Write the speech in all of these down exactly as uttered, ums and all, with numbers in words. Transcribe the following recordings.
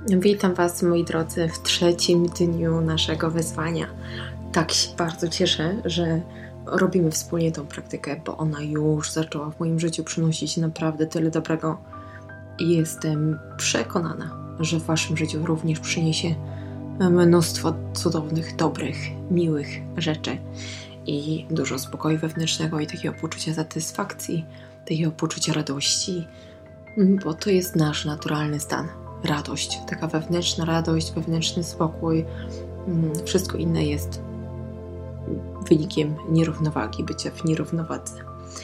Witam Was, moi drodzy, w trzecim dniu naszego wyzwania. Tak się bardzo cieszę, że robimy wspólnie tą praktykę, bo ona już zaczęła w moim życiu przynosić naprawdę tyle dobrego i jestem przekonana, że w Waszym życiu również przyniesie mnóstwo cudownych, dobrych, miłych rzeczy i dużo spokoju wewnętrznego i takiego poczucia satysfakcji, takiego poczucia radości, bo to jest nasz naturalny stan. Radość, taka wewnętrzna radość, wewnętrzny spokój, wszystko inne jest wynikiem nierównowagi, bycia w nierównowadze.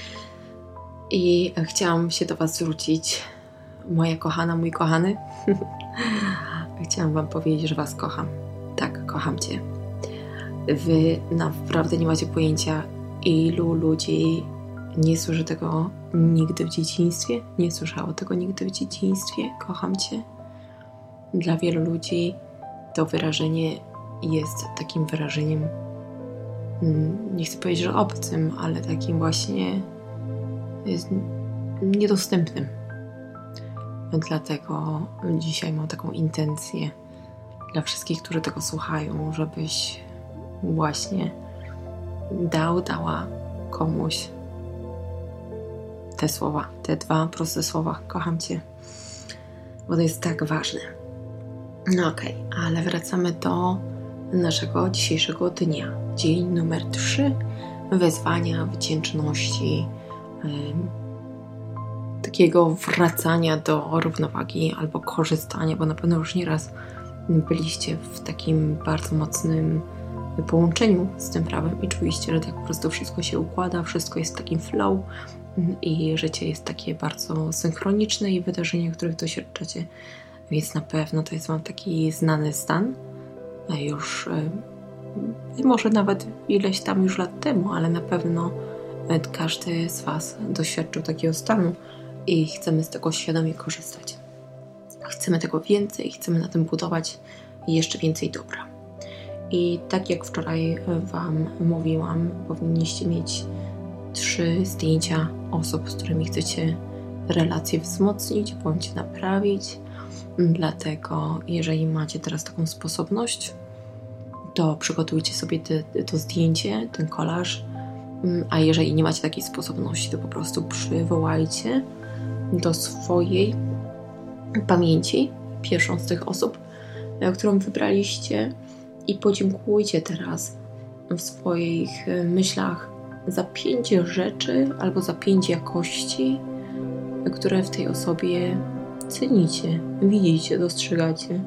I chciałam się do Was zwrócić, moja kochana, mój kochany. Chciałam Wam powiedzieć, że Was kocham. Tak, kocham Cię. Wy naprawdę nie macie pojęcia, ilu ludzi nie słyszy tego nigdy w dzieciństwie, nie słyszało tego nigdy w dzieciństwie. Kocham Cię. Dla wielu ludzi to wyrażenie jest takim wyrażeniem, nie chcę powiedzieć, że obcym, ale takim właśnie jest niedostępnym. Dlatego dzisiaj mam taką intencję dla wszystkich, którzy tego słuchają, żebyś właśnie dał, dała komuś te słowa, te dwa proste słowa. Kocham Cię, bo to jest tak ważne. No okej, okay, ale wracamy do naszego dzisiejszego dnia. Dzień numer trzy. Wezwania, wdzięczności, yy, takiego wracania do równowagi albo korzystania, bo na pewno już nieraz byliście w takim bardzo mocnym połączeniu z tym prawem i czuliście, że tak po prostu wszystko się układa, wszystko jest w takim flow i życie jest takie bardzo synchroniczne i wydarzenia, których doświadczacie. Więc na pewno to jest Wam taki znany stan, już yy, może nawet ileś tam już lat temu, ale na pewno każdy z Was doświadczył takiego stanu i chcemy z tego świadomie korzystać. Chcemy tego więcej, chcemy na tym budować jeszcze więcej dobra. I tak jak wczoraj Wam mówiłam, powinniście mieć trzy zdjęcia osób, z którymi chcecie relacje wzmocnić bądź naprawić. Dlatego jeżeli macie teraz taką sposobność, to przygotujcie sobie te, to zdjęcie, ten kolaż, a jeżeli nie macie takiej sposobności, to po prostu przywołajcie do swojej pamięci pierwszą z tych osób, którą wybraliście i podziękujcie teraz w swoich myślach za pięć rzeczy albo za pięć jakości, które w tej osobie cenicie, widzicie, dostrzegacie,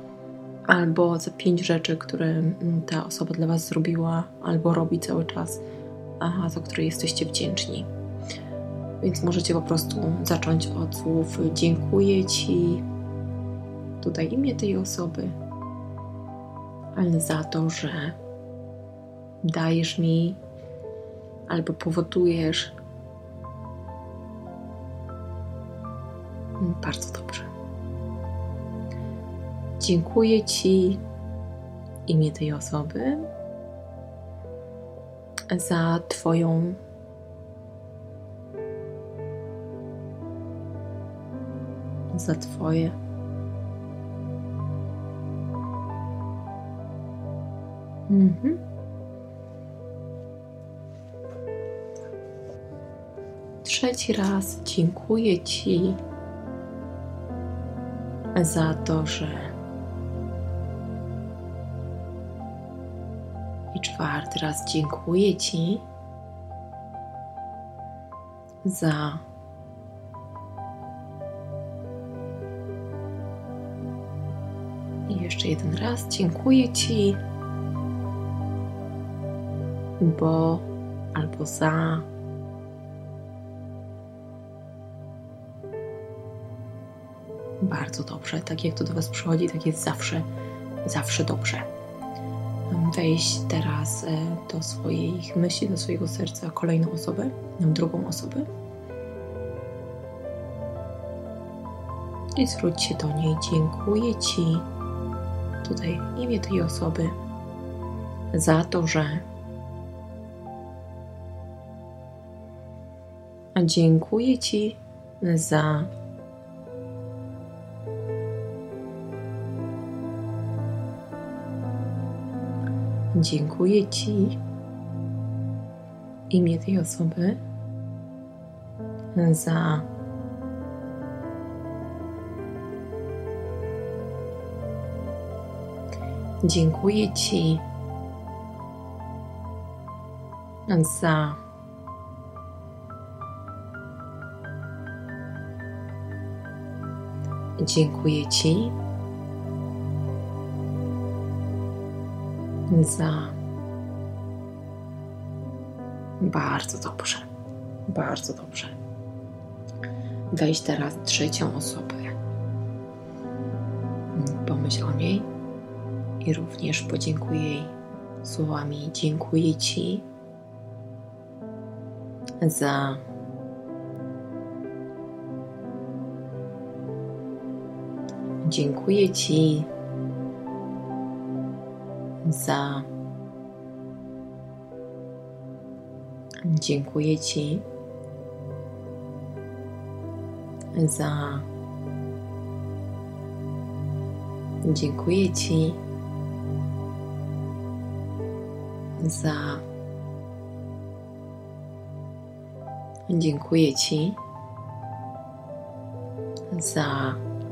albo za pięć rzeczy, które ta osoba dla Was zrobiła albo robi cały czas, a za które jesteście wdzięczni. Więc możecie po prostu zacząć od słów dziękuję Ci, tutaj imię tej osoby, ale za to, że dajesz mi albo powodujesz. Bardzo dobrze. Dziękuję Ci, imię tej osoby, za Twoją za Twoje mhm. Trzeci raz dziękuję Ci za to, że i czwarty raz dziękuję Ci za i jeszcze jeden raz dziękuję Ci, bo albo za bardzo dobrze, tak jak to do Was przychodzi, tak jest zawsze, zawsze dobrze. Wejść teraz do swoich myśli, do swojego serca kolejną osobę, drugą osobę i zwróć się do niej. Dziękuję Ci, tutaj imię tej osoby, za to, że dziękuję Ci za Dziękuję Ci w imię tej osoby za Dziękuję Ci za Dziękuję Ci za Bardzo dobrze, bardzo dobrze. Weź teraz trzecią osobę. Pomyśl o niej i również podziękuj jej słowami: dziękuję Ci za Dziękuję Ci za Dziękuję Ci za Dziękuję Ci za Dziękuję Ci za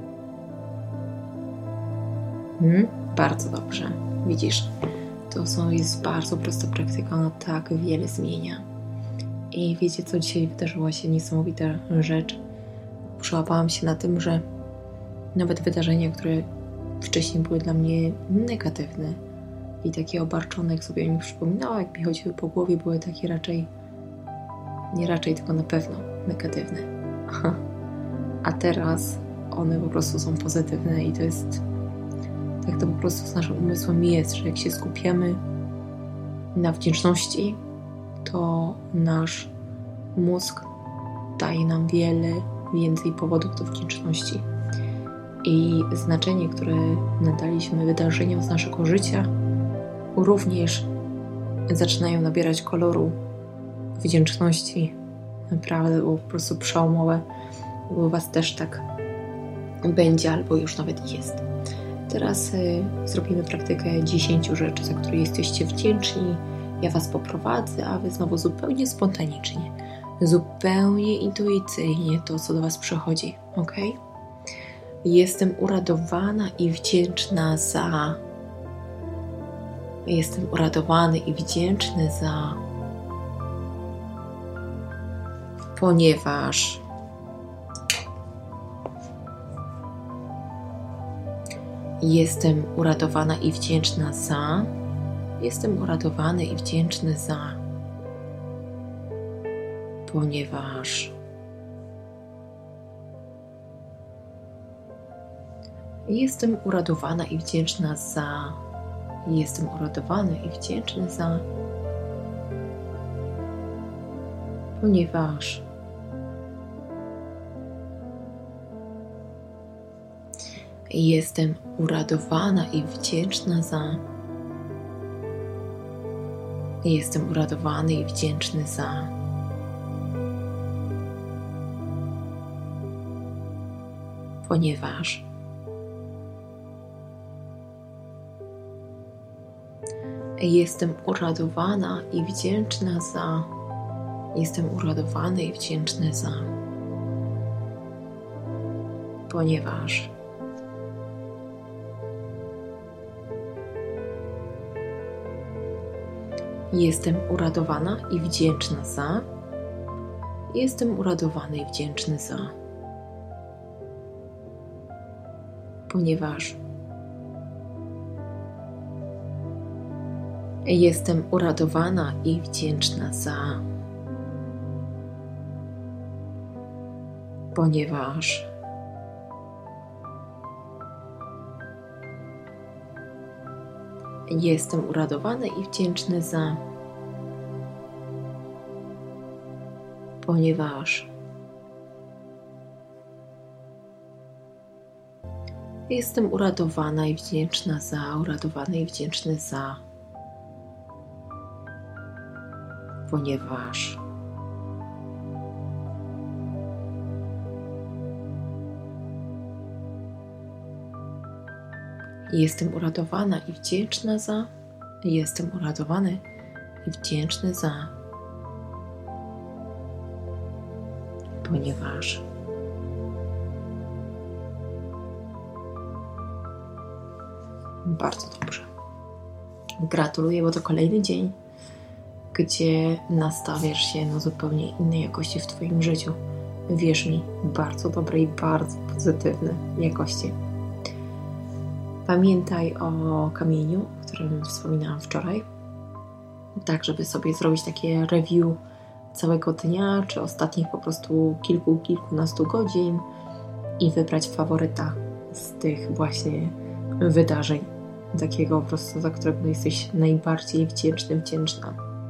hmm? Bardzo dobrze. Widzisz, to są, jest bardzo prosta praktyka, ona tak wiele zmienia. I wiecie, co dzisiaj wydarzyła się niesamowita rzecz. Przyłapałam się na tym, że nawet wydarzenia, które wcześniej były dla mnie negatywne i takie obarczone, jak sobie o nich przypominała, jak mi chodziły po głowie, były takie raczej, nie raczej, tylko na pewno negatywne. Aha. A teraz one po prostu są pozytywne i to jest, tak to po prostu z naszym umysłem jest, że jak się skupiamy na wdzięczności, to nasz mózg daje nam wiele więcej powodów do wdzięczności. I znaczenie, które nadaliśmy wydarzeniom z naszego życia, również zaczynają nabierać koloru wdzięczności. Naprawdę było po prostu przełomowe. U Was też tak będzie, albo już nawet jest. Teraz y, zrobimy praktykę dziesięciu rzeczy, za które jesteście wdzięczni. Ja Was poprowadzę, a Wy znowu zupełnie spontanicznie, zupełnie intuicyjnie to, co do Was przychodzi. Ok? Jestem uradowana i wdzięczna za... Jestem uradowany i wdzięczny za... Ponieważ... Jestem uradowana i wdzięczna za... Jestem uradowany i wdzięczny za... Ponieważ... Jestem uradowana i wdzięczna za... Jestem uradowany i wdzięczny za... Ponieważ... Jestem uradowana i wdzięczna za... Jestem uradowany i wdzięczny za... Ponieważ... Jestem uradowana i wdzięczna za... Jestem uradowany i wdzięczny za... Ponieważ... Jestem uradowana i wdzięczna za... Jestem uradowany i wdzięczny za... Ponieważ... Jestem uradowana i wdzięczna za... Ponieważ... Jestem uradowany i wdzięczny za... Ponieważ... Jestem uradowana i wdzięczna za... Uradowany i wdzięczny za... Ponieważ... Jestem uradowana i wdzięczna za... Jestem uradowany i wdzięczny za, ponieważ bardzo dobrze. Gratuluję, bo to kolejny dzień, gdzie nastawiasz się na zupełnie innej jakości w Twoim życiu. Wierz mi, bardzo dobrej, bardzo pozytywnej jakości. Pamiętaj o kamieniu, o którym wspominałam wczoraj, tak żeby sobie zrobić takie review całego dnia, czy ostatnich po prostu kilku, kilkunastu godzin i wybrać faworyta z tych właśnie wydarzeń, takiego po prostu, za którego jesteś najbardziej wdzięczny, wdzięczna.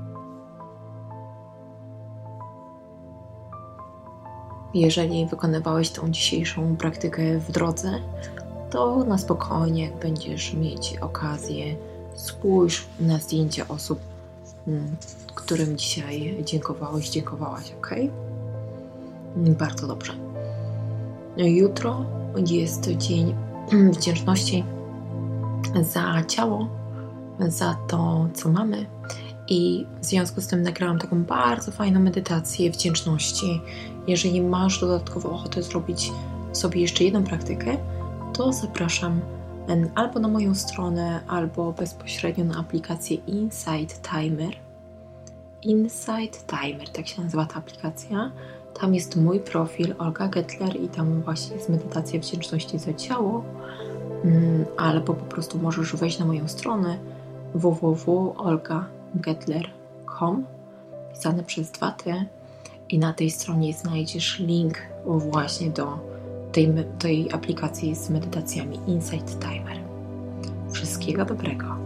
Jeżeli wykonywałeś tą dzisiejszą praktykę w drodze, to na spokojnie, jak będziesz mieć okazję, spójrz na zdjęcia osób, którym dzisiaj dziękowałeś, dziękowałaś, ok? Bardzo dobrze. Jutro jest dzień wdzięczności za ciało, za to, co mamy, i w związku z tym nagrałam taką bardzo fajną medytację wdzięczności. Jeżeli masz dodatkowo ochotę zrobić sobie jeszcze jedną praktykę, to zapraszam albo na moją stronę, albo bezpośrednio na aplikację Insight Timer. Insight Timer, tak się nazywa ta aplikacja. Tam jest mój profil Olga Gettler i tam właśnie jest medytacja wdzięczności za ciało, albo po prostu możesz wejść na moją stronę w w w kropka olga gettler kropka com, pisane przez dwa T, i na tej stronie znajdziesz link właśnie do tej, tej aplikacji z medytacjami Insight Timer. Wszystkiego dobrego.